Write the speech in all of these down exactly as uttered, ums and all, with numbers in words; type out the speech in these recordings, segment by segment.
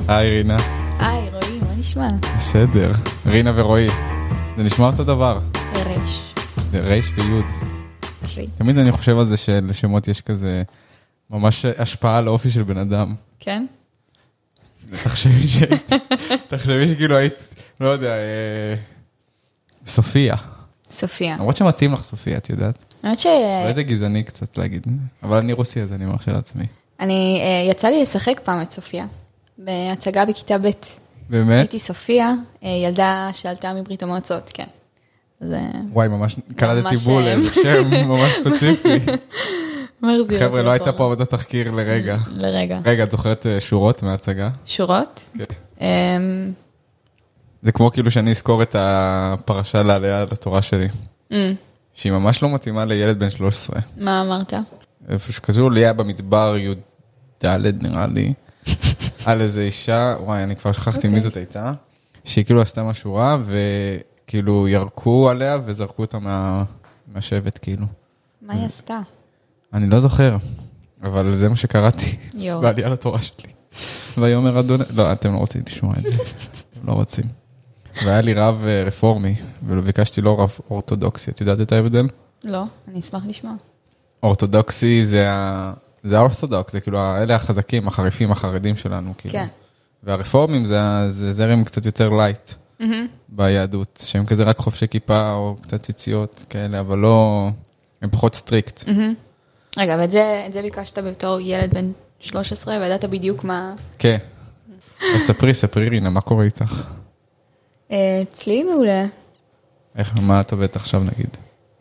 היי רינה. היי רועי, מה נשמע? בסדר. רינה ורועי. זה נשמע אותו דבר. רש. רש ויוד. תמיד אני חושב על זה שלשמות יש כזה ממש השפעה על האופי של בן אדם. כן? תחשבי שהיית, תחשבי שכאילו היית, לא יודע, סופיה. סופיה. למרות שמתאים לך סופיה, את יודעת? האמת ש... ואיזה גזעני קצת להגיד. אבל אני רוסי, אז אני מרשה לעצמי. אני, יצא לי לשחק פעם את סופיה. בהצגה בכיתה ב'. באמת? הייתי סופיה, ילדה שעלתה מברית המועצות, כן. זה... וואי, ממש קלטתי בול, איזה שם ממש ספציפי. חבר'ה, לא הייתה פה עבודת תחקיר לרגע. לרגע. רגע, את זוכרת שורות מההצגה? שורות? כן. זה כמו כאילו שאני אזכור את הפרשה לעלייה לתורה שלי. שהיא ממש לא מתאימה לילד בן שלוש עשרה. מה אמרת? איפה שכזו, לי היה במדבר י' ד' נראה לי. על איזה אישה, וואי, אני כבר שכחתי מי זאת הייתה, שהיא כאילו עשתה משהו רע, וכאילו ירקו עליה וזרקו אותה מהשבט, כאילו. מה היא עשתה? אני לא זוכר, אבל זה מה שקראתי, בעלייה לתורה שלי. ויאמר אדוני, לא, אתם לא רוצים לשמוע את זה, אתם לא רוצים. והיה לי רב רפורמי, וביקשתי לו רב אורתודוקסי, את יודעת את ההבדל? לא, אני אשמח לשמוע. אורתודוקסי זה ה... זה האורתודוקס, זה כאילו אלה החזקים, החריפים, החרדים שלנו, כאילו. כן. והרפורמים זה, זה זרם קצת יותר לייט mm-hmm. ביהדות, שהם כזה רק חופשי כיפה או קצת ציציות כאלה, אבל לא, הם פחות סטריקט. Mm-hmm. רגע, ואת זה, את זה ביקשת בתור ילד בן שלוש עשרה, וידעת בדיוק מה... כן. אז ספרי, ספרי רינה, מה קורה איתך? אצלי מעולה. איך, מה את עובדת עכשיו נגיד?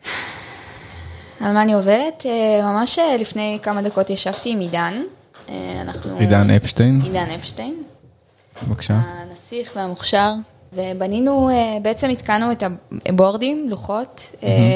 על מה אני עובדת? ממש לפני כמה דקות ישבתי עם עידן. אנחנו... עידן אפשטיין? עידן אפשטיין. בבקשה. הנסיך והמוכשר. ובנינו, בעצם התקנו את הבורדים, לוחות,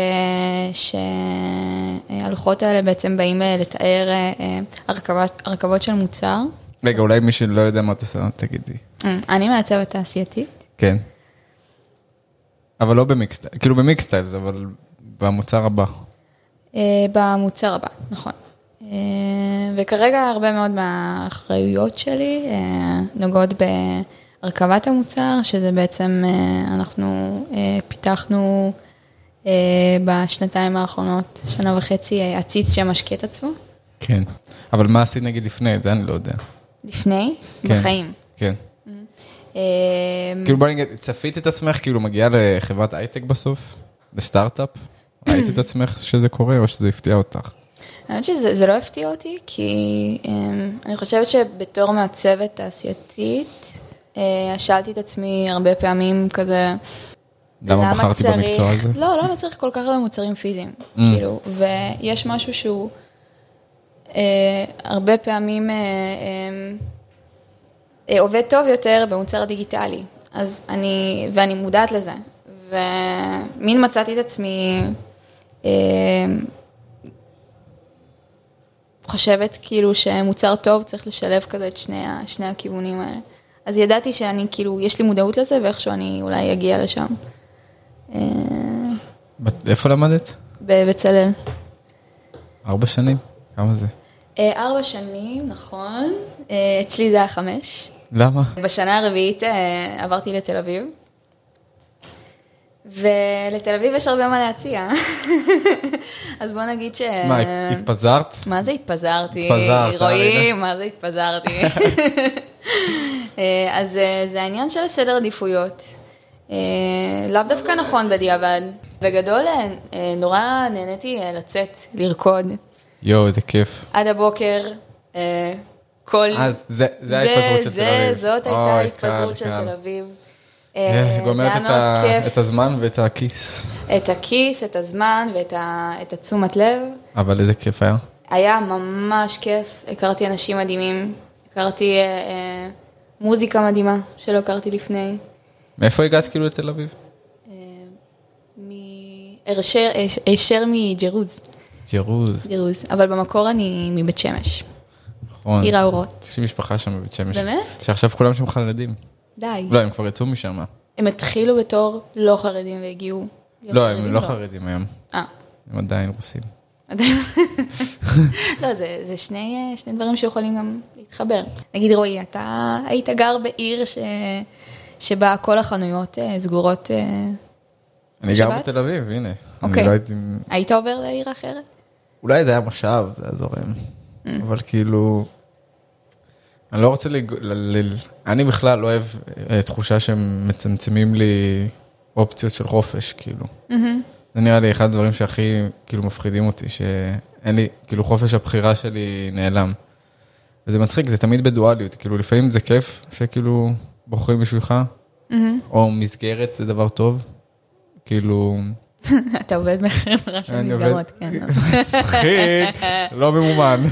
שהלוחות האלה בעצם באים לתאר הרכבות של מוצר. רגע, אולי מי שלא יודע מה את עושה, תגידי. אני מעצבת תעשייתית. כן. אבל לא במיקסטייל, כאילו במיקסטייל, אבל במוצר הבא. במוצר הבא, נכון. וכרגע הרבה מאוד מהאחריויות שלי נוגעות בהרכבת המוצר, שזה בעצם אנחנו פיתחנו בשנתיים האחרונות, שנה וחצי, עציץ שמשקיע את עצמו. כן, אבל מה עשית נגיד לפני? זה אני לא יודע. לפני? בחיים. כן. כאילו בוא נגיד, צפית את עצמך, כאילו מגיעה לחברת הייטק בסוף? בסטארט-אפ? ראית את עצמך שזה קורה, או שזה הפתיע אותך? האמת שזה לא הפתיע אותי, כי אני חושבת שבתור מעצבת תעשייתית, שאלתי את עצמי הרבה פעמים כזה, למה בחרתי במקצוע הזה? לא, למה צריך כל כך הרבה מוצרים פיזיים, כאילו, ויש משהו שהוא הרבה פעמים עובד טוב יותר במוצר דיגיטלי, אז אני, ואני מודעת לזה, ומין מצאתי את עצמי, חושבת כאילו שמוצר טוב צריך לשלב כזה את שני, שני הכיוונים האלה. אז ידעתי שאני כאילו, יש לי מודעות לזה, ואיכשהו אני אולי אגיע לשם. איפה למדת? בבצלאל. ארבע שנים? כמה זה? ארבע שנים, נכון. אצלי זה היה חמש. למה? בשנה הרביעית עברתי לתל אביב. ולתל אביב יש הרבה מה להציע. אז בוא נגיד ש... מה, התפזרת? מה זה התפזרתי? התפזרת, רואים, מה זה התפזרתי? אז זה העניין של הסדר עדיפויות. לאו דווקא נכון בדיעבד. בגדול, נורא נהניתי לצאת, לרקוד. יואו, איזה כיף. עד הבוקר, כל... אז זה ההתפזרות של תל אביב. זאת הייתה ההתפזרות של תל אביב. גומרת את הזמן ואת הכיס. את הכיס, את הזמן ואת התשומת לב. אבל איזה כיף היה? היה ממש כיף. הכרתי אנשים מדהימים. הכרתי מוזיקה מדהימה שלא הכרתי לפני. מאיפה הגעת כאילו לתל אביב? הישר מג'רוז. ג'רוז. ג'רוז. אבל במקור אני מבית שמש. נכון. עיר האורות. יש לי משפחה שם בבית שמש. באמת? שעכשיו כולם שם חרדים. די. לא, הם כבר יצאו משם. הם התחילו בתור לא חרדים והגיעו. לא, הם לא חרדים היום. אה. הם עדיין רוסים. לא, זה, זה שני, שני דברים שיכולים גם להתחבר. נגיד, רועי, אתה היית גר בעיר ש, שבה כל החנויות סגורות אני גר בתל אביב, הנה. אוקיי. לא הייתי... היית עובר לעיר אחרת? אולי זה היה משאב, זה היה זורם. אבל כאילו, אני לא רוצה לג... ל... ל... אני בכלל לא אוהב תחושה שהם מצמצמים לי אופציות של חופש, כאילו. זה נראה לי אחד הדברים שהכי כאילו מפחידים אותי, שאין לי, כאילו חופש הבחירה שלי נעלם. וזה מצחיק, זה תמיד בדואליות, כאילו לפעמים זה כיף שכאילו בוחרים בשבילך, או מסגרת זה דבר טוב, כאילו... אתה עובד בחברה של מסגרות, כן. מצחיק, לא ממומן.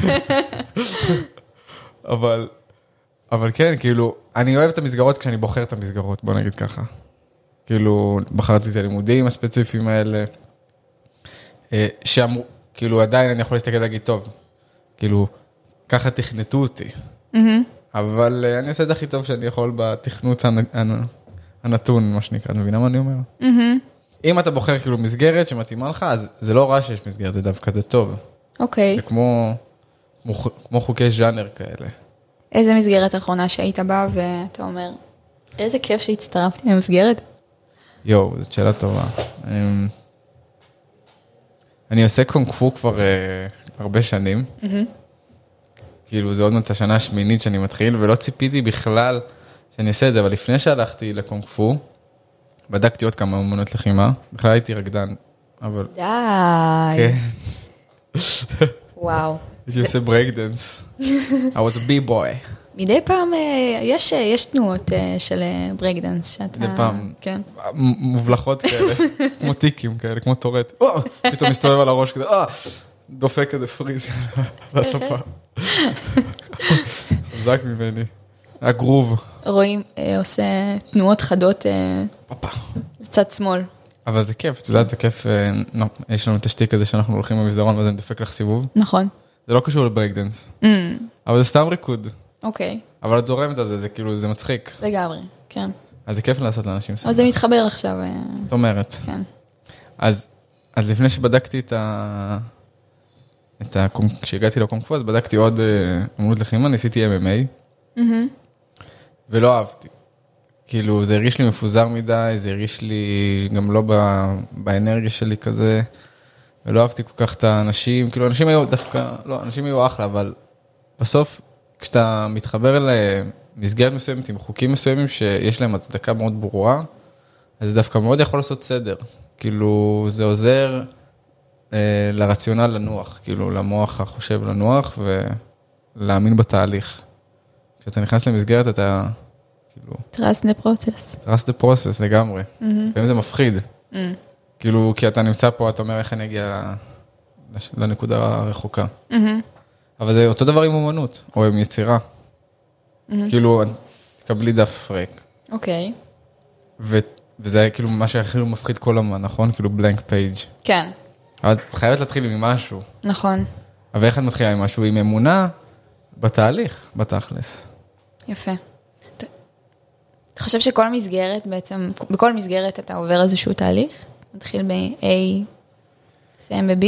אבל, אבל כן, כאילו, אני אוהב את המסגרות כשאני בוחר את המסגרות, בוא נגיד ככה. כאילו, בחרתי את הלימודים הספציפיים האלה, שאמרו, כאילו, עדיין אני יכול להסתכל להגיד, טוב, כאילו, ככה תכנתו אותי. אבל אני עושה את הכי טוב שאני יכול בתכנות הנתון, מה שנקרא, את מבינה מה אני אומר? אם אתה בוחר כאילו מסגרת שמתאימה לך, אז זה לא רע שיש מסגרת, זה דווקא זה טוב. אוקיי. זה כמו, כמו, כמו חוקי ז'אנר כאלה. איזה מסגרת האחרונה שהיית בה, ואתה אומר, איזה כיף שהצטרפתי למסגרת? יואו, זאת שאלה טובה. אני עושה קונג-פו כבר הרבה שנים. כאילו, זה עוד מעט השנה השמינית שאני מתחיל, ולא ציפיתי בכלל שאני אעשה את זה, אבל לפני שהלכתי לקונג-פו, בדקתי עוד כמה אמונות לחימה, בכלל הייתי רקדן, אבל... די. כן. וואו. הייתי עושה ברייקדנס. I was a b-boy. מדי פעם יש, יש תנועות של ברייקדנס שאתה... מדי פעם. כן. מובלחות כאלה, כמו טיקים כאלה, כמו טורט. פתאום מסתובב על הראש כזה, דופק כזה פריז על הספה. חזק ממני. הגרוב. רואים, עושה תנועות חדות לצד שמאל. אבל זה כיף, את יודעת, זה כיף, יש לנו תשתיק כזה שאנחנו הולכים במסדרון וזה דופק לך סיבוב. נכון. זה לא קשור לברייקדנס. אבל זה סתם ריקוד. אוקיי. אבל את זורמת על זה, זה כאילו, זה מצחיק. לגמרי, כן. אז זה כיף לעשות לאנשים. אבל זה מתחבר עכשיו. זאת אומרת. כן. אז לפני שבדקתי את ה... כשהגעתי לקונג-פו, אז בדקתי עוד אמנות לחימה, ניסיתי אם אם איי. ולא אהבתי. כאילו, זה הרגיש לי מפוזר מדי, זה הרגיש לי גם לא באנרגיה שלי כזה, ולא אהבתי כל כך את האנשים, כאילו, אנשים היו דווקא, לא, אנשים היו אחלה, אבל בסוף, כשאתה מתחבר למסגרת מסוימת, עם חוקים מסוימים שיש להם הצדקה מאוד ברורה, אז זה דווקא מאוד יכול לעשות סדר. כאילו, זה עוזר אה, לרציונל לנוח, כאילו, למוח החושב לנוח, ולהאמין בתהליך. כשאתה נכנס למסגרת, אתה, כאילו... trust the process. trust the process, לגמרי. לפעמים זה מפחיד. כאילו, כי אתה נמצא פה, אתה אומר, איך אני אגיע לנקודה הרחוקה. אבל זה אותו דבר עם אומנות, או עם יצירה. כאילו, תקבלי דף ריק. אוקיי. וזה כאילו מה שהכי מפחיד כל הזמן, נכון? כאילו, blank page. כן. אבל את חייבת להתחיל עם משהו. נכון. אבל איך את מתחילה עם משהו? עם אמונה בתהליך, בתכלס. יפה. אתה חושב שכל מסגרת בעצם, בכל מסגרת אתה עובר איזשהו תהליך? מתחיל ב-A, סיים ב-B?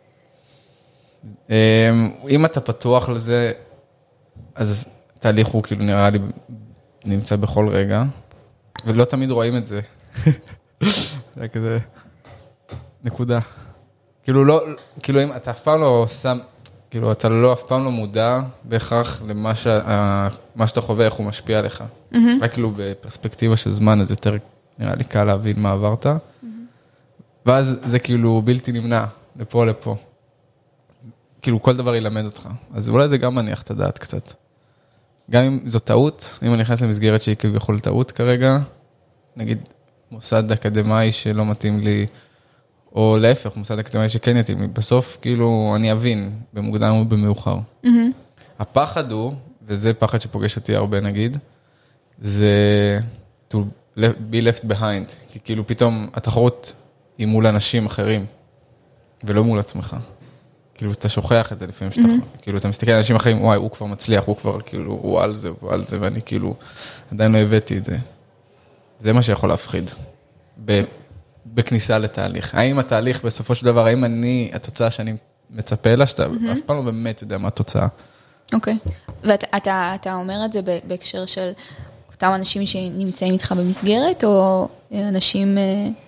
אם אתה פתוח לזה, אז תהליך הוא כאילו נראה לי נמצא בכל רגע, ולא תמיד רואים את זה. זה כזה נקודה. כאילו לא, כאילו אם אתה אף פעם לא שם, כאילו אתה לא אף פעם לא מודע בהכרח למה שה, מה שאתה חווה, איך הוא משפיע עליך. רק כאילו בפרספקטיבה של זמן, אז יותר נראה לי קל להבין מה עברת. ואז זה כאילו בלתי נמנע, לפה לפה. כאילו כל דבר ילמד אותך. אז אולי זה גם מניח את הדעת קצת. גם אם זו טעות, אם אני נכנס למסגרת שהיא כביכול טעות כרגע, נגיד מוסד אקדמאי שלא מתאים לי, או להפך, מוסד אקדמאי שכן יתאים לי, בסוף כאילו אני אבין במוקדם או במאוחר. הפחד הוא, וזה פחד שפוגש אותי הרבה נגיד, זה to be left behind, כי כאילו פתאום התחרות היא מול אנשים אחרים, ולא מול עצמך. כאילו אתה שוכח את זה לפעמים שאתה, כאילו אתה מסתכל על אנשים אחרים, וואי, הוא כבר מצליח, הוא כבר כאילו, הוא על זה, הוא על זה, ואני כאילו עדיין לא הבאתי את זה. זה מה שיכול להפחיד. בכניסה לתהליך. האם התהליך בסופו של דבר, האם אני, התוצאה שאני מצפה לה, שאתה אף פעם לא באמת יודע מה התוצאה. אוקיי. ואתה אתה, אתה אומר את זה בהקשר של אותם אנשים שנמצאים איתך במסגרת, או אנשים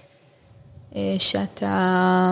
שאתה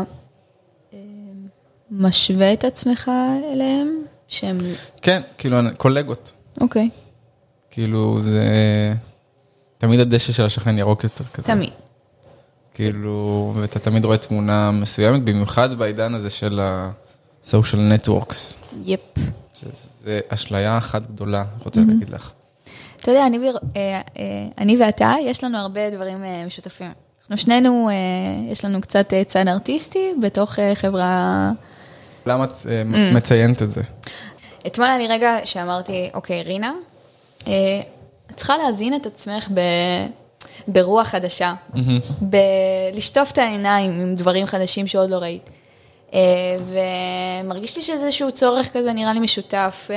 משווה את עצמך אליהם, שהם... כן, כאילו, קולגות. אוקיי. כאילו, זה... תמיד הדשא של השכן ירוק יותר כזה. תמיד. כאילו, ואתה תמיד רואה תמונה מסוימת, במיוחד בעידן הזה של ה-social networks. יפ. שזה אשליה אחת גדולה, אני רוצה להגיד לך. אתה יודע, אני, אני ואתה, יש לנו הרבה דברים משותפים. אנחנו שנינו, יש לנו קצת צד ארטיסטי, בתוך חברה... למה את מציינת את זה? אתמול אני רגע שאמרתי, אוקיי, רינה, את צריכה להזין את עצמך ב... ברוח חדשה, בלשטוף את העיניים עם דברים חדשים שעוד לא ראית. ומרגיש לי שזה איזשהו צורך כזה, נראה לי משותף,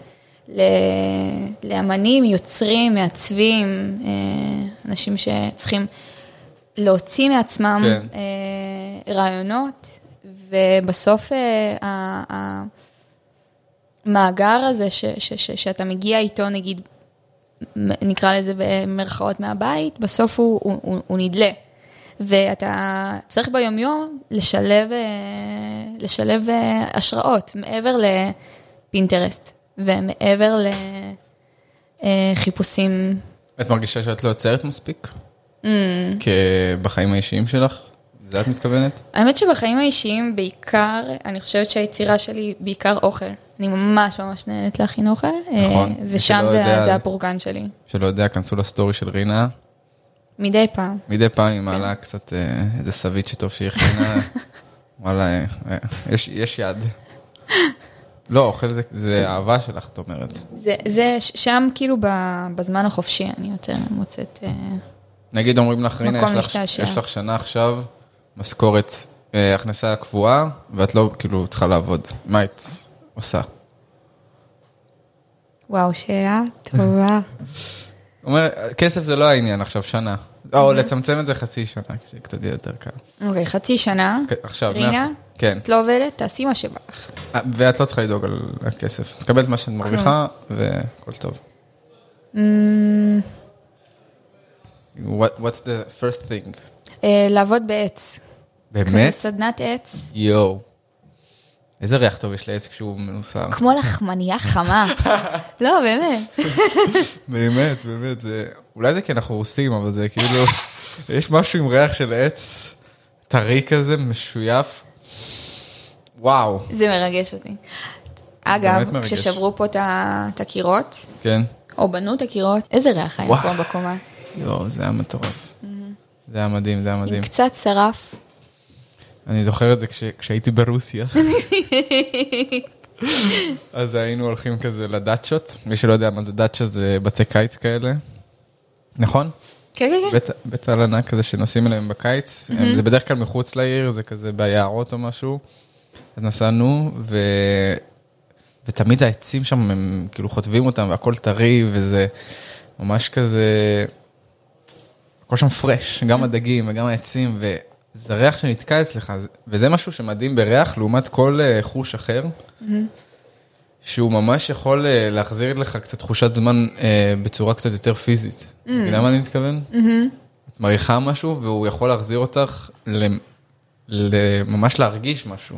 לאמנים, יוצרים, מעצבים, אנשים שצריכים להוציא מעצמם רעיונות, ובסוף המאגר הזה שאתה מגיע איתו, נגיד, נקרא לזה במרכאות מהבית, בסוף הוא, הוא, הוא נדלה. ואתה צריך ביומיום לשלב, לשלב השראות, מעבר לפינטרסט, ומעבר לחיפושים. את מרגישה שאת לא יוצרת מספיק? Mm. בחיים האישיים שלך? זה את מתכוונת? האמת שבחיים האישיים בעיקר, אני חושבת שהיצירה שלי בעיקר אוכל. אני ממש ממש נהנית להכין אוכל, נכון. ושם זה, יודע, זה הפורגן שלי. שלא יודע, כנסו לסטורי של רינה. מדי פעם. מדי פעם היא מעלה קצת איזה סבית שטוב שהיא הכינה. וואלה, יש, יש יד. לא, אוכל זה, זה אהבה שלך, את אומרת. זה, זה שם כאילו בזמן החופשי, אני יותר מוצאת... נגיד אומרים לך, רינה, יש לך, יש לך שנה עכשיו, משכורת, הכנסה קבועה, ואת לא כאילו צריכה לעבוד. מה היית עושה? וואו, שאלה טובה. אומר, כסף זה לא העניין עכשיו, שנה. או לצמצם את זה חצי שנה, קצת יותר קל. אוקיי, חצי שנה. עכשיו, רינה, כן. את לא עובדת, תעשי מה שבא לך. ואת לא צריכה לדאוג על הכסף. תקבל את מה שאת מרוויחה, וכל טוב. What's the first thing? לעבוד בעץ. באמת? כזה סדנת עץ. יואו. איזה ריח טוב יש לעץ כשהוא מנוסר. כמו לחמניה חמה. לא, באמת. באמת, באמת. אולי זה כי אנחנו רוסים, אבל זה כאילו, יש משהו עם ריח של עץ, טרי כזה, משויף. וואו. זה מרגש אותי. אגב, כששברו פה את הקירות, כן. או בנו את הקירות, איזה ריח היה פה בקומה. יואו, זה היה מטורף. זה היה מדהים, זה היה מדהים. עם קצת שרף. אני זוכר את זה כש, כשהייתי ברוסיה. אז היינו הולכים כזה לדאצ'ות. מי שלא יודע מה זה דאצ'ה, זה בתי קיץ כאלה. נכון? כן, כן, כן. בית, בית העלנה כזה שנוסעים אליהם בקיץ. Mm-hmm. זה בדרך כלל מחוץ לעיר, זה כזה ביערות או משהו. אז נסענו, ו... ותמיד העצים שם, הם כאילו חוטבים אותם, והכל טרי, וזה ממש כזה... הכל שם פרש, גם הדגים וגם העצים, וזה ריח שנתקע אצלך, וזה משהו שמדהים בריח, לעומת כל חוש אחר, שהוא ממש יכול להחזיר לך קצת תחושת זמן בצורה קצת יותר פיזית. למה אני מתכוון? את מריחה משהו, והוא יכול להחזיר אותך ממש להרגיש משהו.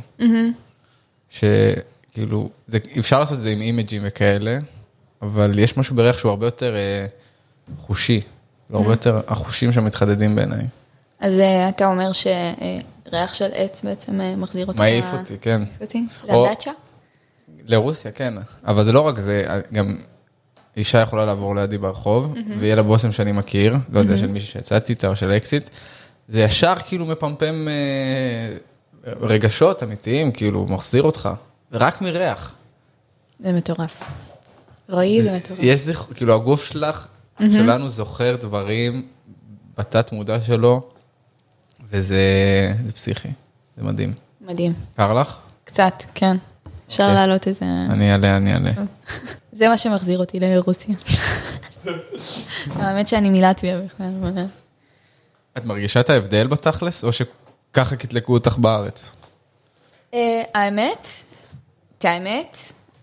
שכאילו, אפשר לעשות את זה עם אימג'ים וכאלה, אבל יש משהו בריח שהוא הרבה יותר חושי. לא הרבה יותר החושים שמתחדדים בעיניי. אז אתה אומר שריח של עץ בעצם מחזיר אותך... מעיף אותי, כן. לדאצ'ה? לרוסיה, כן. אבל זה לא רק זה, גם אישה יכולה לעבור לידי ברחוב, ויהיה לה בושם שאני מכיר, לא יודע, של מישהו שיצאתי איתה או של אקסיט, זה ישר כאילו מפמפם רגשות אמיתיים, כאילו מחזיר אותך, רק מריח. זה מטורף. רואי, זה מטורף. יש זכר, כאילו הגוף שלך, שלנו זוכר דברים בתת מודע שלו, וזה זה פסיכי, זה מדהים. מדהים. קר לך? קצת, כן. אפשר להעלות איזה... אני אעלה, אני אעלה. זה מה שמחזיר אותי לרוסיה. האמת שאני מילת בי בכלל. את מרגישה את ההבדל בתכלס, או שככה קטלקו אותך בארץ? האמת, את האמת,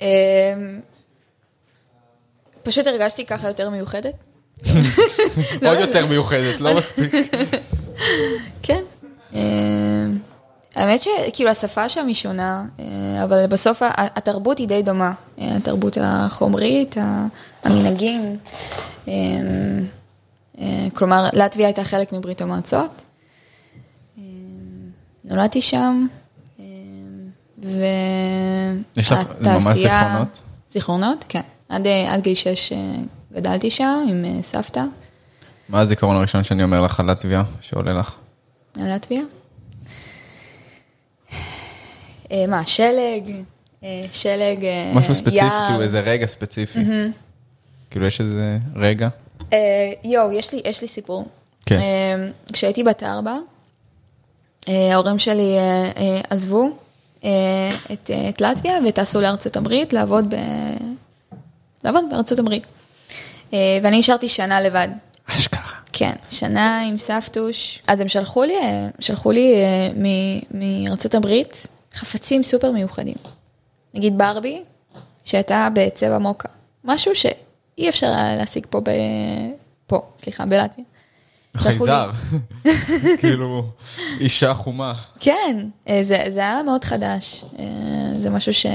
פשוט הרגשתי ככה יותר מיוחדת. עוד יותר מיוחדת, לא מספיק. כן. האמת שכאילו השפה שם היא שונה, אבל בסוף התרבות היא די דומה. התרבות החומרית, המנהגים. כלומר, לטביה הייתה חלק מברית המועצות. נולדתי שם, והתעשייה... יש לך ממש זיכרונות? זיכרונות, כן. עד, עד גיל שש גדלתי שם עם סבתא. מה הזיכרון הראשון שאני אומר לך על לטביה, שעולה לך? על לטביה? מה, שלג, שלג, יער. משהו ספציפי, כאילו איזה רגע ספציפי. כאילו יש איזה רגע? יואו, יש לי, יש לי סיפור. כן. כשהייתי בת ארבע, ההורים שלי עזבו את, את לטביה וטסו לארצות הברית לעבוד ב... לעבוד בארצות הברית. ואני נשארתי שנה לבד. אשכרה. כן, שנה עם סבתוש. אז הם שלחו לי, שלחו לי מארצות הברית חפצים סופר מיוחדים. נגיד ברבי, שהייתה בצבע מוקה. משהו שאי אפשר להשיג פה, ב... פה, סליחה, בלטביה. חייזר. כאילו, אישה חומה. כן, זה, זה היה מאוד חדש. זה משהו ש...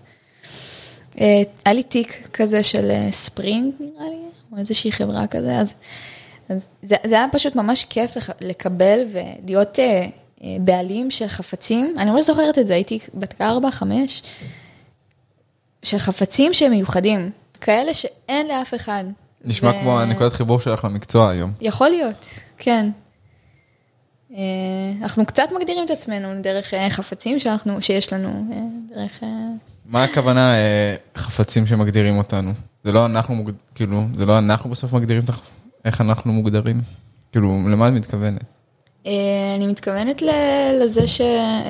היה לי תיק כזה של ספרינג, נראה לי, או איזושהי חברה כזה, אז, אז זה, זה היה פשוט ממש כיף לקבל ולהיות בעלים של חפצים. אני ממש זוכרת את זה, הייתי בת ארבע, חמש, של חפצים שהם מיוחדים, כאלה שאין לאף אחד. נשמע ו... כמו הנקודת חיבור שלך למקצוע היום. יכול להיות, כן. אנחנו קצת מגדירים את עצמנו דרך חפצים שאנחנו, שיש לנו, דרך... מה הכוונה חפצים שמגדירים אותנו? זה לא אנחנו, כאילו, זה לא אנחנו בסוף מגדירים איך אנחנו מוגדרים? כאילו, למה את מתכוונת? אני מתכוונת לזה ש...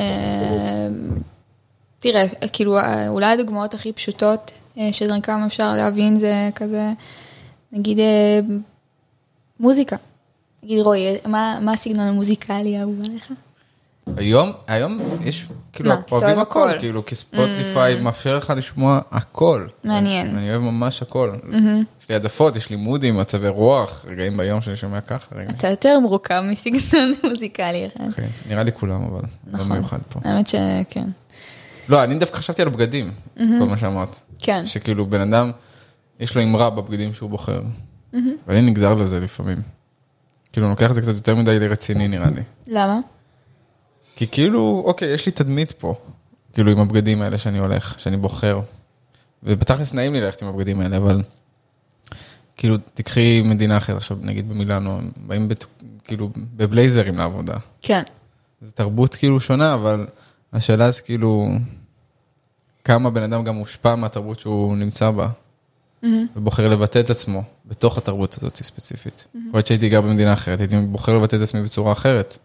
תראה, כאילו, אולי הדוגמאות הכי פשוטות שדרכם אפשר להבין זה כזה, נגיד, מוזיקה. נגיד, רואי, מה, מה הסגנון המוזיקלי האהוב עליך? היום, היום יש, כאילו, אוהבים הכל, כאילו, כי ספוטיפיי מאפשר לך לשמוע הכל. מעניין. אני אוהב ממש הכל. יש לי עדפות, יש לי מודים, מצבי רוח, רגעים ביום שאני שומע ככה. אתה יותר מורכב מסגנון מוזיקלי. נראה לי כולם, אבל לא מיוחד פה. האמת שכן. לא, אני דווקא חשבתי על בגדים, כל מה שאמרת. כן. שכאילו, בן אדם, יש לו אמרה בבגדים שהוא בוחר. ואני נגזר לזה לפעמים. כאילו, לוקח את זה קצת יותר מדי לרציני, נראה לי. למה? כי כאילו, אוקיי, יש לי תדמית פה, כאילו עם הבגדים האלה שאני הולך, שאני בוחר, ובתכלס נעים לי ללכת עם הבגדים האלה, אבל כאילו, תקחי מדינה אחרת, עכשיו נגיד במילאנו, באים בת, כאילו בבלייזרים לעבודה. כן. זו תרבות כאילו שונה, אבל השאלה זה כאילו, כמה בן אדם גם מושפע מהתרבות שהוא נמצא בה, mm-hmm. ובוחר לבטא את עצמו בתוך התרבות הזאת ספציפית. Mm-hmm. יכול להיות שהייתי גר במדינה אחרת, הייתי בוחר לבטא את עצמי בצורה אחרת.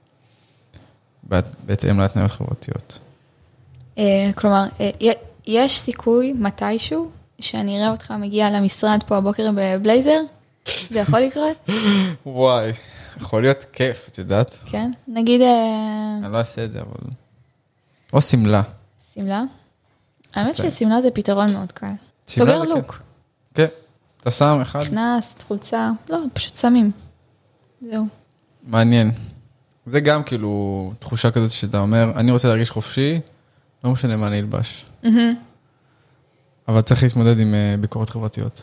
בהתאם להתניות חברתיות. כלומר, יש סיכוי מתישהו שאני אראה אותך מגיע למשרד פה הבוקר בבלייזר? זה יכול לקרות? וואי, יכול להיות כיף, את יודעת? כן, נגיד... אני לא אעשה את זה, אבל... או סמלה. סמלה? האמת שסמלה זה פתרון מאוד קל. סוגר לוק. כן, אתה שם אחד. נכנס, חולצה, לא, פשוט שמים. זהו. מעניין. זה גם כאילו תחושה כזאת שאתה אומר, אני רוצה להרגיש חופשי, לא משנה מה אני אלבש. אבל צריך להתמודד עם ביקורות חברתיות.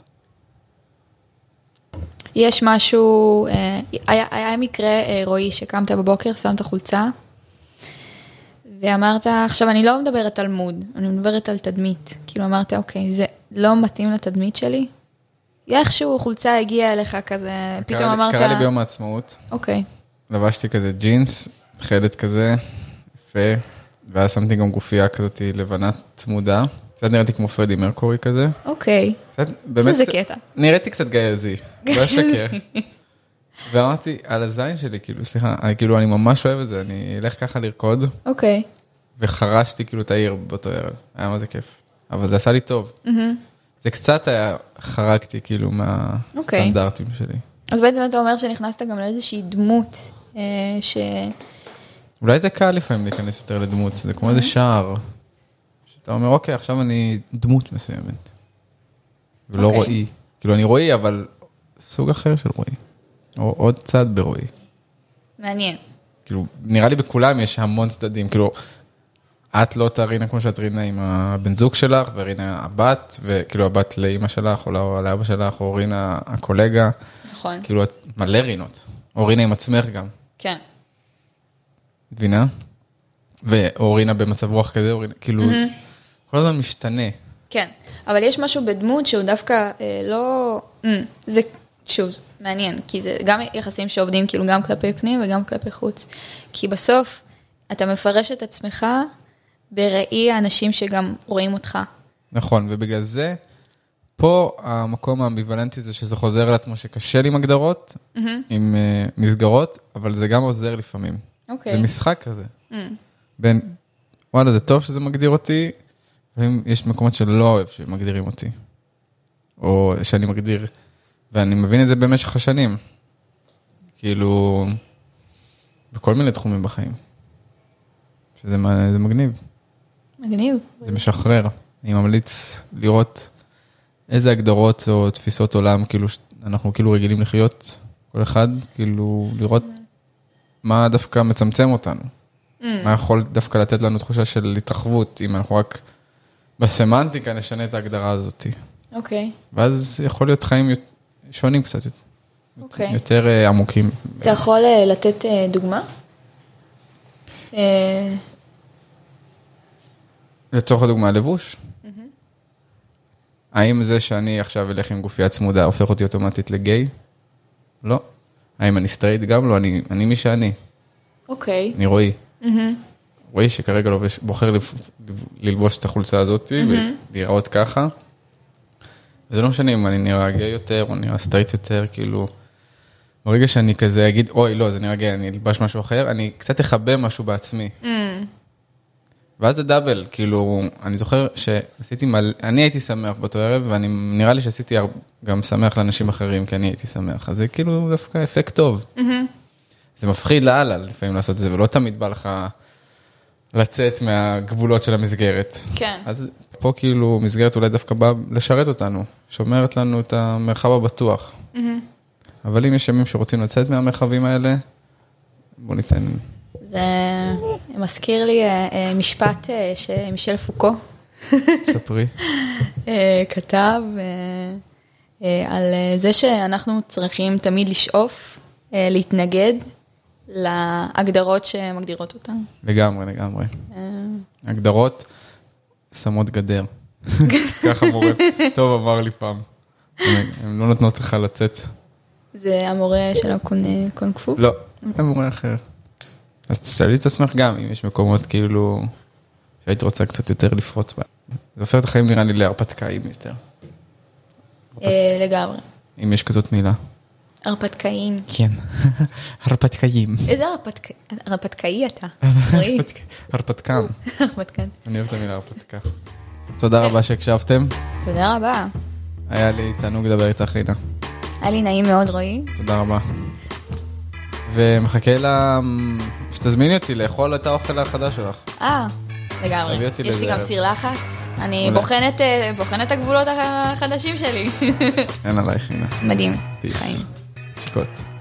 יש משהו, היה, היה מקרה רואי שקמת בבוקר, שמת חולצה, ואמרת, עכשיו אני לא מדברת על מוד, אני מדברת על תדמית. כאילו אמרת, אוקיי, זה לא מתאים לתדמית שלי? איכשהו חולצה הגיעה אליך כזה, פתאום אמרת... קרה לי ביום העצמאות. אוקיי. לבשתי כזה ג'ינס, תחילת כזה, יפה, ואז שמתי גם גופייה כזאת לבנה צמודה, קצת נראיתי כמו פרדי מרקורי כזה. אוקיי, שזה קטע. נראיתי קצת גייזי, לא שקר. ואמרתי, על הזין שלי, כאילו, סליחה, אני, כאילו, אני ממש אוהב את זה, אני אלך ככה לרקוד. אוקיי. וחרשתי כאילו את העיר באותו ערב, היה מה זה כיף. אבל זה עשה לי טוב. זה קצת היה, חרקתי כאילו מהסטנדרטים שלי. אז בעצם אתה אומר שנכנסת גם לאיזושהי דמות ש... אולי זה קל לפעמים להיכנס יותר לדמות, זה כמו איזה שער, שאתה אומר, אוקיי, עכשיו אני דמות מסוימת, ולא רואי. כאילו, אני רואי, אבל סוג אחר של רואי, או עוד צד ברואי. מעניין. כאילו, נראה לי בכולם יש המון צדדים, כאילו, את לא תרינה כמו שאת רינה עם הבן זוג שלך, ורינה הבת, וכאילו הבת לאמא שלך, או לאבא שלך, או רינה הקולגה. נכון. כאילו, את מלא רינות. או רינה עם עצמך גם. כן. מבינה? או רינה במצב רוח כזה, או רינה, כאילו, כל הזמן משתנה. כן, אבל יש משהו בדמות שהוא דווקא אה, לא... Mm, זה, שוב, מעניין, כי זה גם יחסים שעובדים כאילו גם כלפי פנים וגם כלפי חוץ. כי בסוף אתה מפרש את עצמך בראי האנשים שגם רואים אותך. נכון, ובגלל זה, פה המקום האמביוולנטי זה שזה חוזר לעצמו שקשה לי עם הגדרות, mm-hmm. עם uh, מסגרות, אבל זה גם עוזר לפעמים. אוקיי. זה משחק כזה. Mm. בין, וואלה, זה טוב שזה מגדיר אותי, ויש מקומות שלא אוהב שמגדירים אותי. או שאני מגדיר, ואני מבין את זה במשך השנים. כאילו, בכל מיני תחומים בחיים. שזה זה מגניב. מגניב. זה משחרר. אני ממליץ לראות איזה הגדרות או תפיסות עולם, כאילו, אנחנו כאילו רגילים לחיות, כל אחד, כאילו, לראות מה דווקא מצמצם אותנו. מה יכול דווקא לתת לנו תחושה של התרחבות, אם אנחנו רק בסמנטיקה נשנה את ההגדרה הזאת. אוקיי. ואז יכול להיות חיים שונים קצת, אוקיי. יותר עמוקים. אתה יכול לתת דוגמה? לצורך הדוגמה, לבוש. האם זה שאני עכשיו אלך עם גופייה צמודה, הופך אותי אוטומטית לגיי? לא. האם אני סטרייט? גם לא, אני, אני מי שאני. אוקיי. אני רואי. רואי שכרגע בוחר ללבוש את החולצה הזאת, ולראות ככה. וזה לא משנה אם אני נראה גיי יותר, או נראה סטרייט יותר, כאילו, ברגע שאני כזה אגיד, אוי, לא, זה נראה גיי, אני אלבש משהו אחר, אני קצת אחבא משהו בעצמי. ואז זה דאבל, כאילו, אני זוכר שעשיתי מלא, אני הייתי שמח באותו ערב, ואני נראה לי שעשיתי גם שמח לאנשים אחרים, כי אני הייתי שמח. אז זה כאילו דווקא אפקט טוב. זה מפחיד לאללה, לפעמים לעשות את זה, ולא תמיד בא לך לצאת מהגבולות של המסגרת. כן. אז פה כאילו מסגרת אולי דווקא באה לשרת אותנו, שומרת לנו את המרחב הבטוח. אבל אם יש ימים שרוצים לצאת מהמרחבים האלה, בוא ניתן... זה מזכיר לי משפט שמישל פוקו ספרי. כתב על זה שאנחנו צריכים תמיד לשאוף, להתנגד להגדרות שמגדירות אותן. לגמרי, לגמרי. הגדרות שמות גדר. ככה מורה טוב אמר לי פעם. הן לא נותנות לך לצאת. זה המורה של הקונג פו? לא, המורה אחר. אז תסתכלי את עצמך גם, אם יש מקומות כאילו, שהיית רוצה קצת יותר לפרוץ בה. זה הופך את החיים נראה לי להרפתקאים יותר. לגמרי. אם יש כזאת מילה. הרפתקאים. כן, הרפתקאים. איזה הרפתקאי אתה? הרפתקן. הרפתקן. אני אוהב את המילה הרפתקה. תודה רבה שהקשבתם. תודה רבה. היה לי תענוג לדבר איתך, רינה. היה לי נעים מאוד, רועי. תודה רבה. ומחכה לה, שתזמיני אותי לאכול את האוכל החדש שלך. אה, לגמרי. יש לי גם סיר לחץ. אני בוחנת את הגבולות החדשים שלי. אין עלייך, הנה. מדהים. חיים. שיקות.